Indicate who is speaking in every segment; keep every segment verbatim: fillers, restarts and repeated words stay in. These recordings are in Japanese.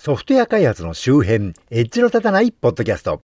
Speaker 1: ソフトウェア開発の周辺、エッジの立たないポッドキャスト。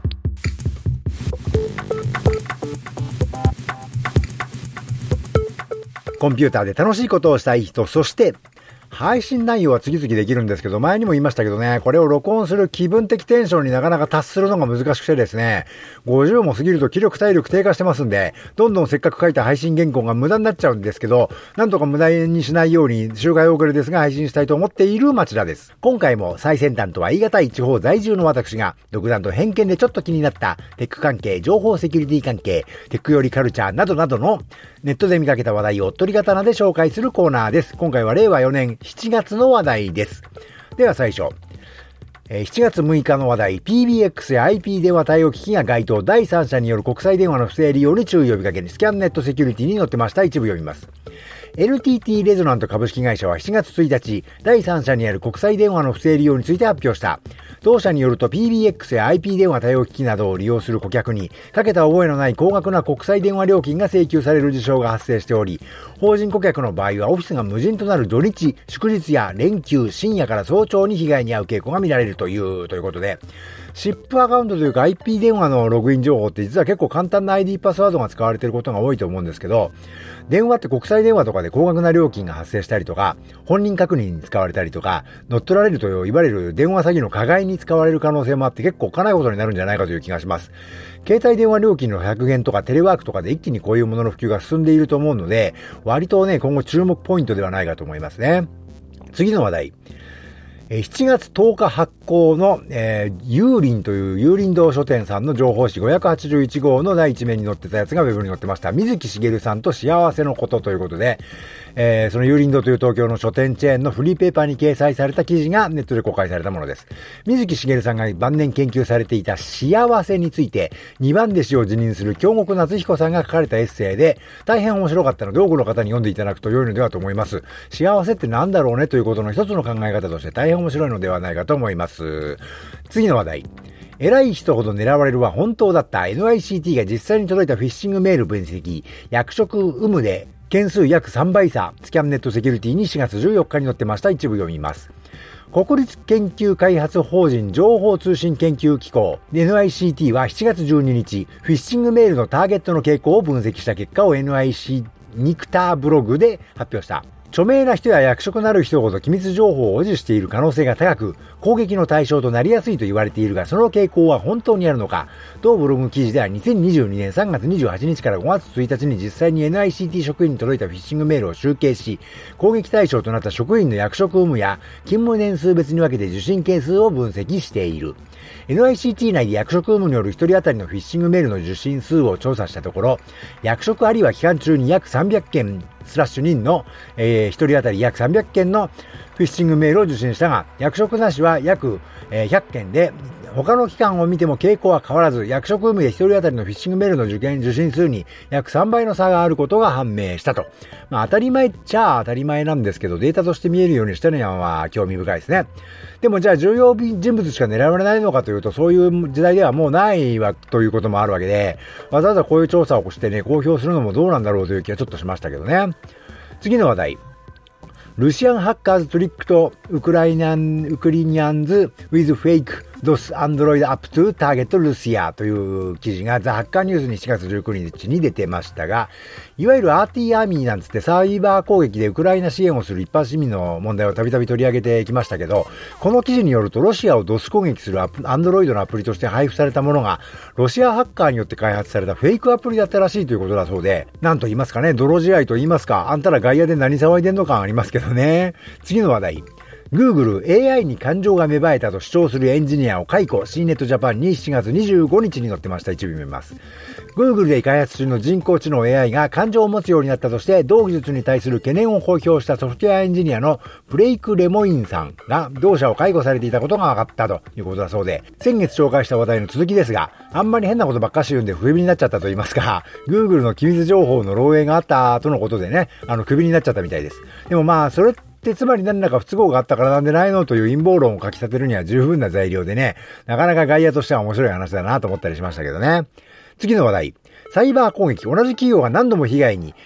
Speaker 1: コンピューターで楽しいことをしたい人、そして配信内容は次々できるんですけど、前にも言いましたけどね、これを録音する気分的テンションになかなか達するのが難しくてですね、ごじゅうも過ぎると気力体力低下してますんで、どんどんせっかく書いた配信原稿が無駄になっちゃうんですけど、なんとか無駄にしないように周回遅れですが配信したいと思っている町田です。今回も最先端とは言い難い地方在住の私が、独断と偏見でちょっと気になったテック関係、情報セキュリティ関係、テックよりカルチャーなどなどのネットで見かけた話題をおっとり刀で紹介するコーナーです。今回はれいわよねんしちがつの話題です。では最初。しちがつむいかの話題、ピービーエックス や アイピー 電話対応機器が該当、第三者による国際電話の不正利用に注意を呼びかけに、スキャンネットセキュリティに載ってました。一部読みます。エヌティーティー レゾナント株式会社はしちがつついたち、第三者による国際電話の不正利用について発表した。同社によると ピービーエックス や アイピー 電話対応機器などを利用する顧客に、かけた覚えのない高額な国際電話料金が請求される事象が発生しており、法人顧客の場合はオフィスが無人となる土日、祝日や連休、深夜から早朝に被害に遭う傾向が見られるという、ということで、シップアカウントというか アイピー 電話のログイン情報って実は結構簡単な アイディー パスワードが使われていることが多いと思うんですけど、電話って国際電話とかで高額な料金が発生したりとか、本人確認に使われたりとか、乗っ取られると言われる電話詐欺の加害に使われる可能性もあって結構かないことになるんじゃないかという気がします。携帯電話料金の削減とかテレワークとかで一気にこういうものの普及が進んでいると思うので、割とね、今後注目ポイントではないかと思いますね。次の話題。しちがつとおか発行の、えー、ユーリンという有林堂書店さんの情報誌ごひゃくはちじゅういちごうのだいいちめんに載ってたやつがウェブに載ってました。水木しげるさんと幸せのことということで、えー、その有林堂という東京の書店チェーンのフリーペーパーに掲載された記事がネットで公開されたものです。水木しげるさんが晩年研究されていた幸せについてにばん弟子を辞任する京極夏彦さんが書かれたエッセイで大変面白かったので多くの方に読んでいただくと良いのではと思います。幸せって何だろうねということの一つの考え方として大変面白いのではないかと思います。次の話題。偉い人ほど狙われるは本当だった。 エヌアイシーティー が実際に届いたフィッシングメール分析、役職有無で件数約さんばい差、スキャンネットセキュリティにしがつじゅうよっかに載ってました。一部読みます。国立研究開発法人情報通信研究機構 エヌアイシーティー はしちがつじゅうににち、フィッシングメールのターゲットの傾向を分析した結果を エヌアイシー ニクターブログで発表した。著名な人や役職のある人ほど機密情報を保持している可能性が高く、攻撃の対象となりやすいと言われているが、その傾向は本当にあるのか。同ブログ記事ではにせんにじゅうにねんさんがつにじゅうはちにちからごがつついたちに実際に エヌアイシーティー 職員に届いたフィッシングメールを集計し、攻撃対象となった職員の役職有無や勤務年数別に分けて受信件数を分析している。エヌアイシーティー 内で役職有無によるひとり当たりのフィッシングメールの受信数を調査したところ、役職ありは期間中に約さんびゃっけんスラッシュ人の、えー、ひとり当たり約さんびゃっけんのフィッシングメールを受信したが、役職なしは約、えー、ひゃっけんで、他の期間を見ても傾向は変わらず、役職有無でひとり当たりのフィッシングメールの受験受信数に約さんばいの差があることが判明したと。まあ当たり前っちゃ当たり前なんですけど、データとして見えるようにしたのは興味深いですね。でもじゃあ重要人物しか狙われないのかというと、そういう時代ではもうないわということもあるわけで、わざわざこういう調査をしてね、公表するのもどうなんだろうという気はちょっとしましたけどね。次の話題。ルシアンハッカーズトリックとウクライナン、ウクリニアンズ with fake DOS Android up to target Russia という記事がザ・ハッカーニュースにしがつじゅうくにちに出てましたが、いわゆる アーティー アーミーなんつってサイバー攻撃でウクライナ支援をする一般市民の問題をたびたび取り上げてきましたけど、この記事によるとロシアを ドス 攻撃する Android のアプリとして配布されたものがロシアハッカーによって開発されたフェイクアプリだったらしいということだそうで、なんと言いますかね、泥仕合と言いますか、あんたら外野で何騒いでんの感ありますけどね。次の話題。Google エーアイ に感情が芽生えたと主張するエンジニアを解雇、シーネットジャパンにしちがつにじゅうごにちに載ってました。一部見ます。Google で開発中の人工知能 エーアイ が感情を持つようになったとして、同技術に対する懸念を公表したソフトウェアエンジニアのブレイク・レモインさんが同社を解雇されていたことが分かったということだそうで、先月紹介した話題の続きですが、あんまり変なことばっかし言うんで不意になっちゃったと言いますか、Google の機密情報の漏洩があったとのことでね、あの、クビになっちゃったみたいです。でもまあ、それで、つまり何らか不都合があったからなんでないのという陰謀論を書き立てるには十分な材料でね、なかなか外野としては面白い話だなと思ったりしましたけどね。次の話題。サイバー攻撃。同じ企業が何度も被害に。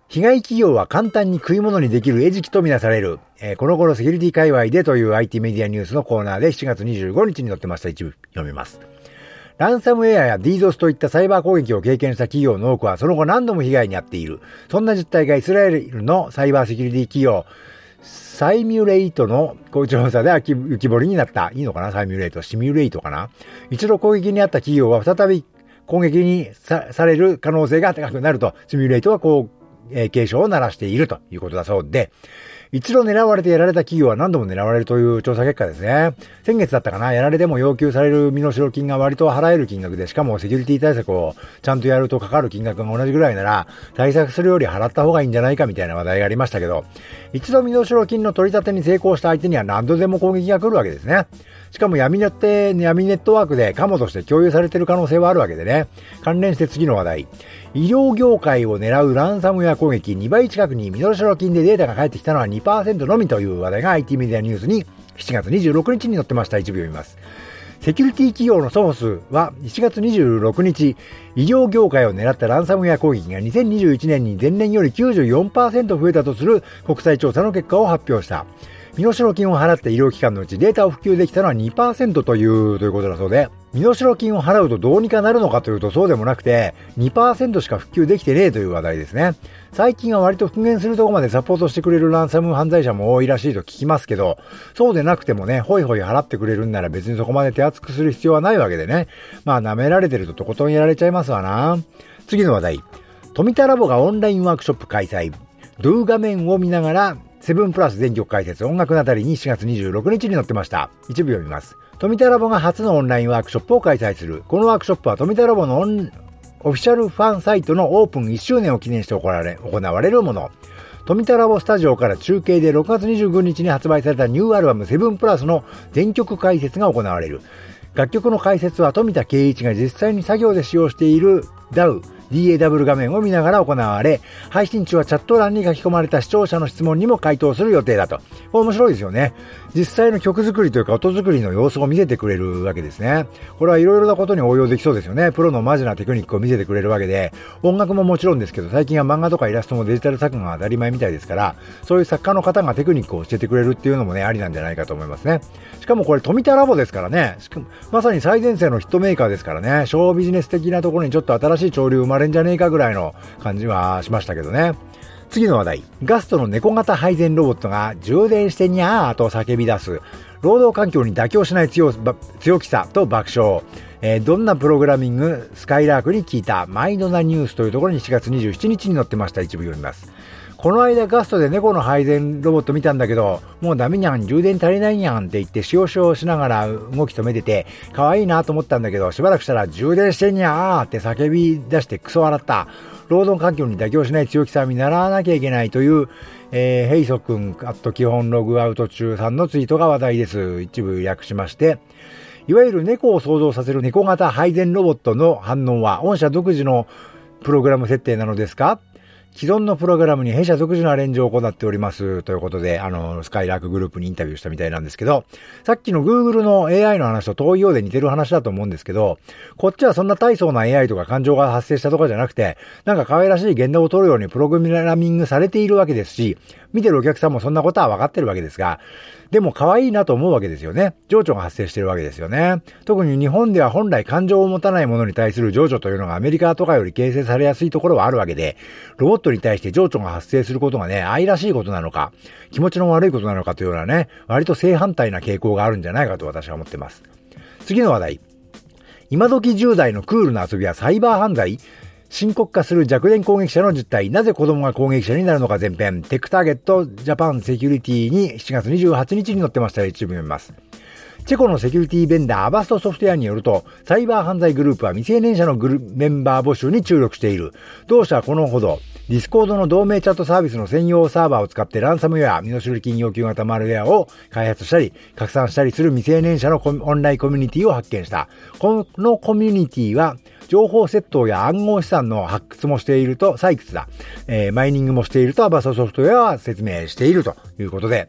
Speaker 1: 被害企業は簡単に食い物にできる餌食とみなされる。えー、この頃セキュリティ界隈でという アイティー メディアニュースのコーナーでしちがつにじゅうごにちに載ってました。一部読みます。ランサムウェアや ディードス といったサイバー攻撃を経験した企業の多くはその後何度も被害に遭っている。そんな実態がイスラエルのサイバーセキュリティ企業、サイミュレイトの調査で浮き彫りになった。いいのかなサイミュレイト。シミュレイトかな。一度攻撃に遭った企業は再び攻撃に さ, される可能性が高くなると、シミュレイトはこう、えー、警鐘を鳴らしているということだそうで、一度狙われてやられた企業は何度も狙われるという調査結果ですね。先月だったかな、やられても要求される身代金が割と払える金額で、しかもセキュリティ対策をちゃんとやるとかかる金額が同じぐらいなら、対策するより払った方がいいんじゃないかみたいな話題がありましたけど、一度身代金の取り立てに成功した相手には何度でも攻撃が来るわけですね。しかも闇ネット、闇ネットワークでカモとして共有されている可能性はあるわけでね。関連して次の話題。医療業界を狙うランサムウェア攻撃、にばい近くに身代金でデータが返ってきたのは にパーセント のみという話題が アイティー メディアニュースにしちがつにじゅうろくにちに載ってました。一部読みます。セキュリティ企業のソースはいちがつにじゅうろくにち、医療業界を狙ったランサムウェア攻撃がにせんにじゅういちねんに前年より きゅうじゅうよんパーセント 増えたとする国際調査の結果を発表した。身代金を払った医療機関のうちデータを普及できたのは にパーセント というということだそうで、身代金を払うとどうにかなるのかというとそうでもなくて にパーセント しか普及できてねえという話題ですね。最近は割と復元するところまでサポートしてくれるランサム犯罪者も多いらしいと聞きますけど、そうでなくてもね、ホイホイ払ってくれるんなら別にそこまで手厚くする必要はないわけでね。まあ舐められてるととことんやられちゃいますわな。次の話題。富田ラボがオンラインワークショップ開催。ドゥ画面を見ながらセブンプラス全曲解説音楽なたりにしがつにじゅうろくにちに載ってました。一部読みます。富田ラボが初のオンラインワークショップを開催する。このワークショップは富田ラボのオンオフィシャルファンサイトのオープンいっしゅうねんを記念して行われ、行われるもの。富田ラボスタジオから中継でろくがつにじゅうくにちに発売されたニューアルバムセブンプラスの全曲解説が行われる。楽曲の解説は富田圭一が実際に作業で使用している ダウ、ディーエーダブリュー 画面を見ながら行われ、配信中はチャット欄に書き込まれた視聴者の質問にも回答する予定だと。これ面白いですよね。実際の曲作りというか音作りの様子を見せてくれるわけですね。これはいろいろなことに応用できそうですよね。プロのマジなテクニックを見せてくれるわけで、音楽ももちろんですけど、最近は漫画とかイラストもデジタル作画が当たり前みたいですから、そういう作家の方がテクニックを教えてくれるっていうのもね、ありなんじゃないかと思いますね。しかもこれ富田ラボですからね。しかもまさに最前線のヒットメーカーですからね。ショービジネス的なところにちょっと新しい潮流生まれんじゃねえかぐらいの感じはしましたけどね。次の話題。ガストの猫型配膳ロボットが充電してにゃーと叫び出す。労働環境に妥協しない 強, 強気さと爆笑。えー、どんなプログラミングスカイラークに聞いたマイノなニュースというところにしがつにじゅうしちにちに載ってました。一部読みます。この間ガストで猫の配膳ロボット見たんだけど、もうダメにゃん、充電足りないにゃんって言って塩塩しながら動き止めてて可愛いなと思ったんだけど、しばらくしたら充電してにゃーって叫び出してクソ笑った。労働環境に妥協しない強気さを見習わなきゃいけないという、えー、ヘイソ君アット基本ログアウト中さんのツイートが話題です。一部略しまして、いわゆる猫を想像させる猫型配膳ロボットの反応は御社独自のプログラム設定なのですか？既存のプログラムに弊社独自のアレンジを行っておりますということで、あのスカイラークグループにインタビューしたみたいなんですけど、さっきの Google の エーアイ の話と遠いようで似てる話だと思うんですけど、こっちはそんな大層な エーアイ とか感情が発生したとかじゃなくて、なんか可愛らしい言動を取るようにプログラミングされているわけですし、見てるお客さんもそんなことは分かってるわけですが、でも可愛いなと思うわけですよね。情緒が発生しているわけですよね。特に日本では本来感情を持たないものに対する情緒というのがアメリカとかより形成されやすいところはあるわけで、ロボットに対して情緒が発生することがね、愛らしいことなのか、気持ちの悪いことなのかというようなね、割と正反対な傾向があるんじゃないかと私は思っています。次の話題。今時じゅう代のクールな遊びはサイバー犯罪？深刻化する弱電攻撃者の実態。なぜ子供が攻撃者になるのか前編。テックターゲットジャパンセキュリティにしちがつにじゅうはちにちに載ってました。一部読みます。チェコのセキュリティベンダーアバストソフトウェアによると、サイバー犯罪グループは未成年者のグルメンバー募集に注力している。同社はこのほど、ディスコードの同盟チャットサービスの専用サーバーを使ってランサムウェア、身代金要求型マルウェアを開発したり、拡散したりする未成年者のオンラインコミュニティを発見した。このコミュニティは、情報窃盗や暗号資産の発掘もしていると、採掘だ、えー、マイニングもしているとアバストソフトウェアは説明しているということで、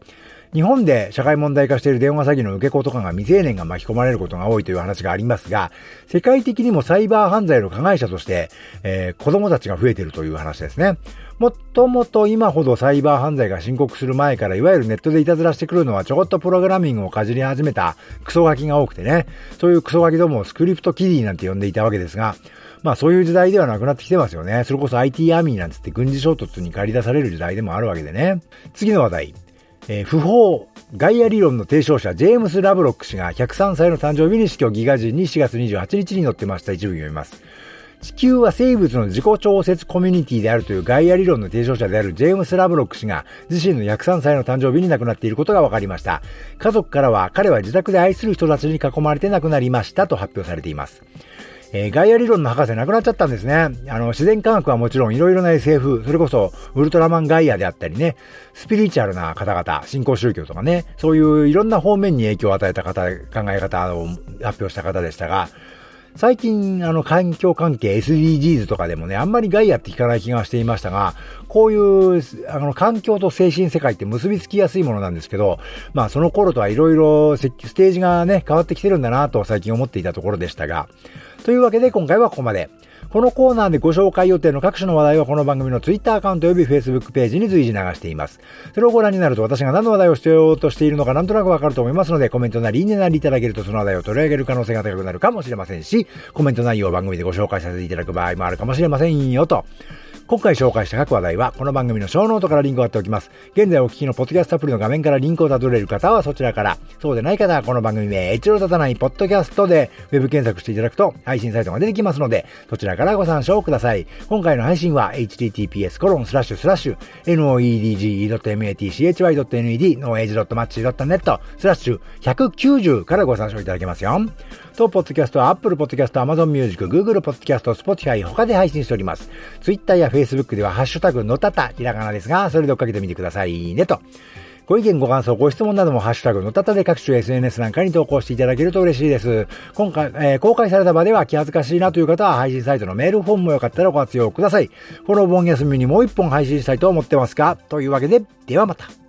Speaker 1: 日本で社会問題化している電話詐欺の受け子とかが未成年が巻き込まれることが多いという話がありますが、世界的にもサイバー犯罪の加害者として、えー、子供たちが増えているという話ですね。もっともと今ほどサイバー犯罪が深刻する前から、いわゆるネットでいたずらしてくるのはちょこっとプログラミングをかじり始めたクソガキが多くてね、そういうクソガキどもをスクリプトキディなんて呼んでいたわけですが、まあそういう時代ではなくなってきてますよね。それこそ アイティー アーミーなんつって軍事衝突に駆り出される時代でもあるわけでね。次の話題。えー、不法ガイア理論の提唱者ジェームス・ラブロック氏がひゃくさんさいの誕生日に死去、ギガ人にしがつにじゅうはちにちに載ってました。一部読みます。地球は生物の自己調節コミュニティであるというガイア理論の提唱者であるジェームス・ラブロック氏が自身のひゃくさんさいの誕生日に亡くなっていることが分かりました。家族からは彼は自宅で愛する人たちに囲まれて亡くなりましたと発表されています。えー、ガイア理論の博士亡くなっちゃったんですね。あの、自然科学はもちろんいろいろな エスエフ、それこそウルトラマンガイアであったりね、スピリチュアルな方々、新興宗教とかね、そういういろんな方面に影響を与えた方、考え方を発表した方でしたが、最近、あの、環境関係 エスディージーズ とかでもね、あんまりガイアって聞かない気がしていましたが、こういう、あの、環境と精神世界って結びつきやすいものなんですけど、まあ、その頃とはいろいろステージがね、変わってきてるんだなと最近思っていたところでしたが、というわけで今回はここまで。このコーナーでご紹介予定の各種の話題はこの番組の Twitter アカウント及び Facebook ページに随時流しています。それをご覧になると私が何の話題をしてようとしているのかなんとなくわかると思いますので、コメントなりいいねなりいただけるとその話題を取り上げる可能性が高くなるかもしれませんし、コメント内容を番組でご紹介させていただく場合もあるかもしれませんよと。今回紹介した各話題はこの番組のショーノートからリンクを貼っておきます。現在お聞きのポッドキャストアプリの画面からリンクをたどれる方はそちらから、そうでない方はこの番組名一郎立たないポッドキャストでウェブ検索していただくと配信サイトが出てきますので、そちらからご参照ください。今回の配信は エイチティーティーピーエスコロンスラッシュスラッシュエヌオーイーディージーイードットエムエーティーシーエイチワイドットエヌイーディー ノーエイジドットマッチドットネットスラッシュひゃくきゅうじゅうからご参照いただけますよ。当ポッドキャストは Apple Podcast、Amazon Music、Google Podcast、Spotify 他で配信しております。Twitter や Facebook ではハッシュタグのたたひらがなですが、それで追っかけてみてくださいねと。ご意見ご感想ご質問などもハッシュタグのたたで各種 エスエヌエス なんかに投稿していただけると嬉しいです。今回、えー、公開された場では気恥ずかしいなという方は配信サイトのメールフォームもよかったらご活用ください。この盆休みにもう一本配信したいと思ってますかというわけで、ではまた。